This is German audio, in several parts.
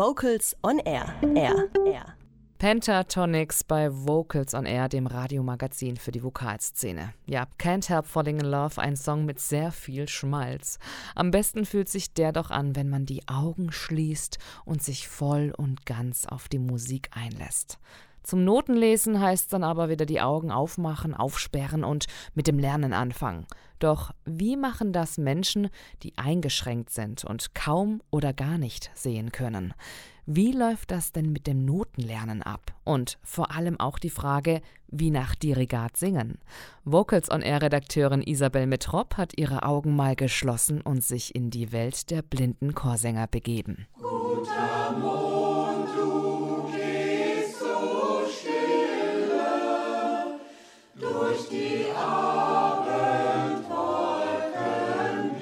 Vocals on Air. Pentatonix bei Vocals on Air, dem Radiomagazin für die Vokalszene. Ja, Can't Help Falling in Love, ein Song mit sehr viel Schmalz. Am besten fühlt sich der doch an, wenn man die Augen schließt und sich voll und ganz auf die Musik einlässt. Zum Notenlesen heißt dann aber wieder die Augen aufmachen, aufsperren und mit dem Lernen anfangen. Doch wie machen das Menschen, die eingeschränkt sind und kaum oder gar nicht sehen können? Wie läuft das denn mit dem Notenlernen ab? Und vor allem auch die Frage, wie nach Dirigat singen? Vocals on Air Redakteurin Isabel Metrop hat ihre Augen mal geschlossen und sich in die Welt der blinden Chorsänger begeben. Guter Mond, du gehst so stille durch die Abendwolken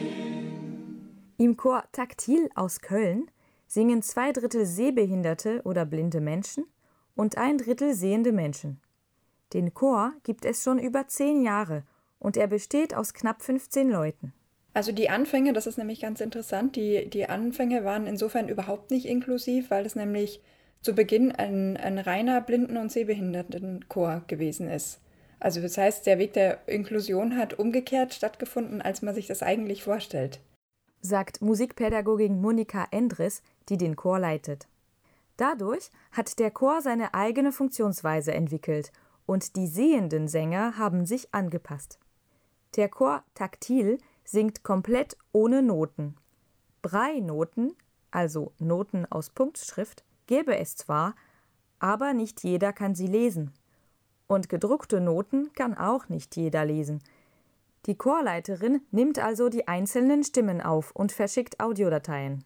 hin. Im Chor Taktil aus Köln singen 2/3 sehbehinderte oder blinde Menschen und 1/3 sehende Menschen. Den Chor gibt es schon über 10 Jahre und er besteht aus knapp 15 Leuten. Also die Anfänge, das ist nämlich ganz interessant, die Anfänge waren insofern überhaupt nicht inklusiv, weil es nämlich zu Beginn ein reiner Blinden- und Sehbehindertenchor gewesen ist. Also das heißt, der Weg der Inklusion hat umgekehrt stattgefunden, als man sich das eigentlich vorstellt. Sagt Musikpädagogin Monika Endres, die den Chor leitet. Dadurch hat der Chor seine eigene Funktionsweise entwickelt und die sehenden Sänger haben sich angepasst. Der Chor Taktil singt komplett ohne Noten. Braille-Noten, also Noten aus Punktschrift, gäbe es zwar, aber nicht jeder kann sie lesen. Und gedruckte Noten kann auch nicht jeder lesen. Die Chorleiterin nimmt also die einzelnen Stimmen auf und verschickt Audiodateien.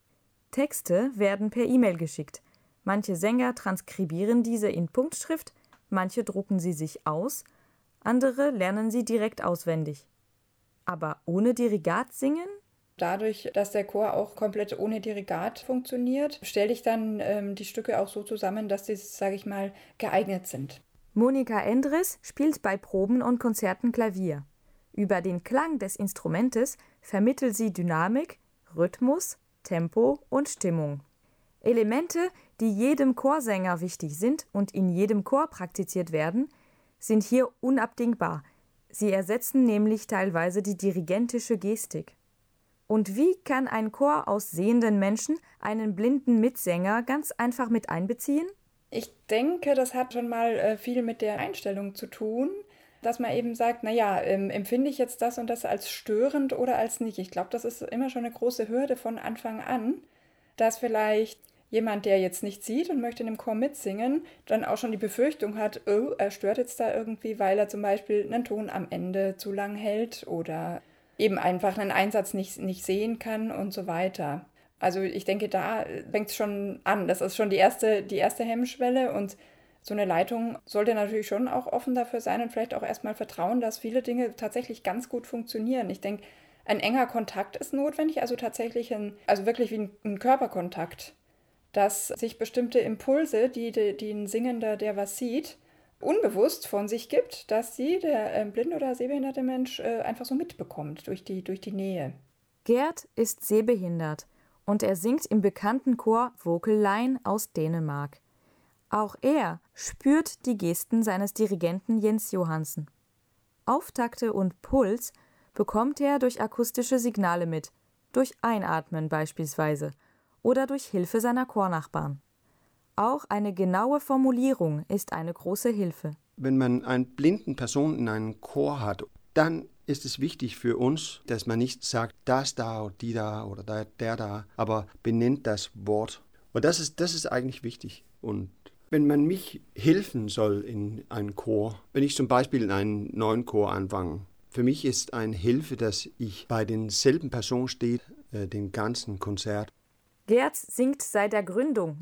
Texte werden per E-Mail geschickt. Manche Sänger transkribieren diese in Punktschrift, manche drucken sie sich aus, andere lernen sie direkt auswendig. Aber ohne Dirigat singen? Dadurch, dass der Chor auch komplett ohne Dirigat funktioniert, stelle ich dann die Stücke auch so zusammen, dass sie, sage ich mal, geeignet sind. Monika Endres spielt bei Proben und Konzerten Klavier. Über den Klang des Instrumentes vermittelt sie Dynamik, Rhythmus, Tempo und Stimmung. Elemente, die jedem Chorsänger wichtig sind und in jedem Chor praktiziert werden, sind hier unabdingbar. Sie ersetzen nämlich teilweise die dirigentische Gestik. Und wie kann ein Chor aus sehenden Menschen einen blinden Mitsänger ganz einfach mit einbeziehen? Ich denke, das hat schon mal viel mit der Einstellung zu tun, dass man eben sagt, empfinde ich jetzt das und das als störend oder als nicht. Ich glaube, das ist immer schon eine große Hürde von Anfang an, dass vielleicht jemand, der jetzt nicht sieht und möchte in dem Chor mitsingen, dann auch schon die Befürchtung hat, oh, er stört jetzt da irgendwie, weil er zum Beispiel einen Ton am Ende zu lang hält oder eben einfach einen Einsatz nicht sehen kann und so weiter. Also ich denke, da fängt es schon an. Das ist schon die erste Hemmschwelle und so eine Leitung sollte natürlich schon auch offen dafür sein und vielleicht auch erstmal vertrauen, dass viele Dinge tatsächlich ganz gut funktionieren. Ich denke, ein enger Kontakt ist notwendig, also tatsächlich wirklich wie ein Körperkontakt, dass sich bestimmte Impulse, die ein Singender, der was sieht, unbewusst von sich gibt, dass der blinde oder sehbehinderte Mensch einfach so mitbekommt durch die Nähe. Gert ist sehbehindert und er singt im bekannten Chor Vocal Line aus Dänemark. Auch er spürt die Gesten seines Dirigenten Jens Johansen. Auftakte und Puls bekommt er durch akustische Signale mit, durch Einatmen beispielsweise oder durch Hilfe seiner Chornachbarn. Auch eine genaue Formulierung ist eine große Hilfe. Wenn man eine blinden Person in einem Chor hat, dann ist es wichtig für uns, dass man nicht sagt, das da oder die da oder der da, aber benennt das Wort. Und das ist eigentlich wichtig. Und wenn man mich helfen soll in einem Chor, wenn ich zum Beispiel in einen neuen Chor anfange, für mich ist eine Hilfe, dass ich bei denselben Personen stehe, den ganzen Konzert. Gert singt seit der Gründung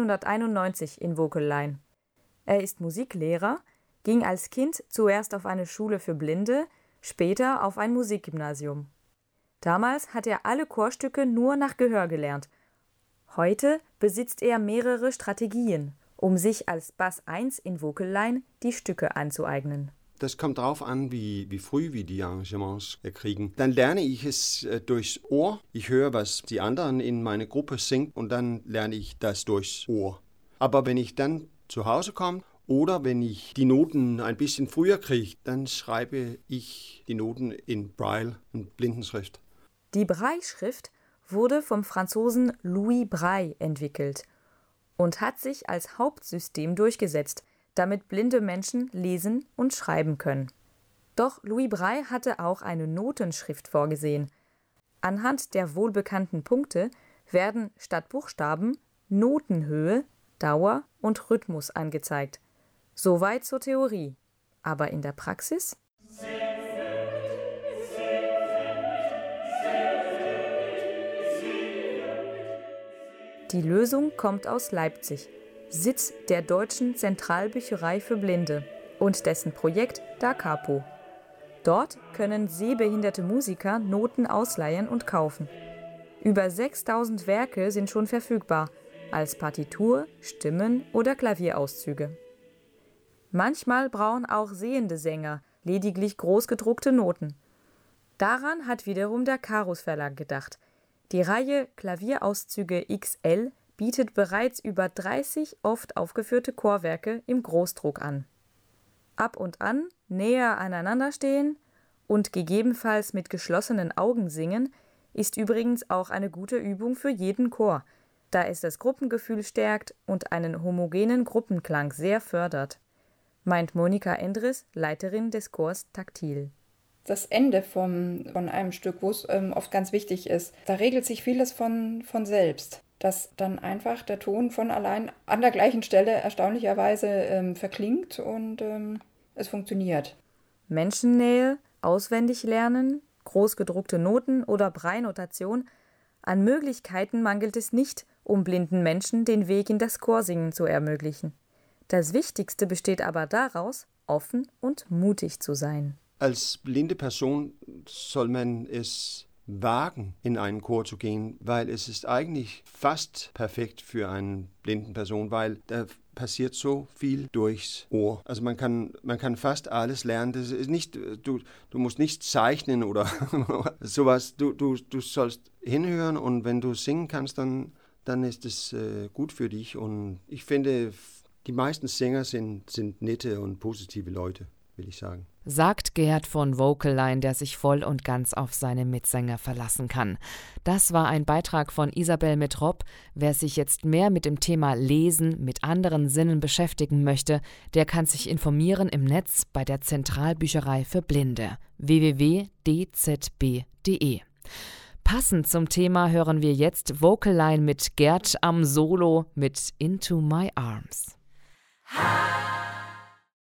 1991 in Vocal Line. Er ist Musiklehrer, ging als Kind zuerst auf eine Schule für Blinde, später auf ein Musikgymnasium. Damals hat er alle Chorstücke nur nach Gehör gelernt. Heute besitzt er mehrere Strategien, um sich als Bass 1 in Vocal Line die Stücke anzueignen. Das kommt drauf an, wie früh wir die Arrangements kriegen. Dann lerne ich es durchs Ohr. Ich höre, was die anderen in meiner Gruppe singen und dann lerne ich das durchs Ohr. Aber wenn ich dann zu Hause komme oder wenn ich die Noten ein bisschen früher kriege, dann schreibe ich die Noten in Braille, in Blindenschrift. Die Braille-Schrift wurde vom Franzosen Louis Braille entwickelt und hat sich als Hauptsystem durchgesetzt, damit blinde Menschen lesen und schreiben können. Doch Louis Braille hatte auch eine Notenschrift vorgesehen. Anhand der wohlbekannten Punkte werden statt Buchstaben Notenhöhe, Dauer und Rhythmus angezeigt. Soweit zur Theorie. Aber in der Praxis? Die Lösung kommt aus Leipzig, Sitz der Deutschen Zentralbücherei für Blinde und dessen Projekt Da Capo. Dort können sehbehinderte Musiker Noten ausleihen und kaufen. Über 6000 Werke sind schon verfügbar, als Partitur, Stimmen oder Klavierauszüge. Manchmal brauchen auch sehende Sänger lediglich großgedruckte Noten. Daran hat wiederum der Carus Verlag gedacht. Die Reihe Klavierauszüge XL bietet bereits über 30 oft aufgeführte Chorwerke im Großdruck an. Ab und an näher aneinander stehen und gegebenenfalls mit geschlossenen Augen singen, ist übrigens auch eine gute Übung für jeden Chor, da es das Gruppengefühl stärkt und einen homogenen Gruppenklang sehr fördert, meint Monika Endres, Leiterin des Chors Taktil. Das Ende von einem Stück, wo es oft ganz wichtig ist, da regelt sich vieles von selbst, dass dann einfach der Ton von allein an der gleichen Stelle erstaunlicherweise verklingt und es funktioniert. Menschennähe, auswendig lernen, großgedruckte Noten oder Braille-Notation, an Möglichkeiten mangelt es nicht, um blinden Menschen den Weg in das Chorsingen zu ermöglichen. Das Wichtigste besteht aber daraus, offen und mutig zu sein. Als blinde Person soll man es wagen, in einen Chor zu gehen, weil es ist eigentlich fast perfekt für eine blinde Person, weil da passiert so viel durchs Ohr. Also man kann fast alles lernen. Das ist nicht, du musst nicht zeichnen oder sowas. Du sollst hinhören und wenn du singen kannst, dann ist es gut für dich. Und ich finde, die meisten Sänger sind nette und positive Leute, will ich sagen. Sagt Gerd von Vocaline, der sich voll und ganz auf seine Mitsänger verlassen kann. Das war ein Beitrag von Isabel Metrop. Wer sich jetzt mehr mit dem Thema Lesen mit anderen Sinnen beschäftigen möchte, der kann sich informieren im Netz bei der Zentralbücherei für Blinde www.dzb.de. Passend zum Thema hören wir jetzt Vocaline mit Gerd am Solo mit Into My Arms.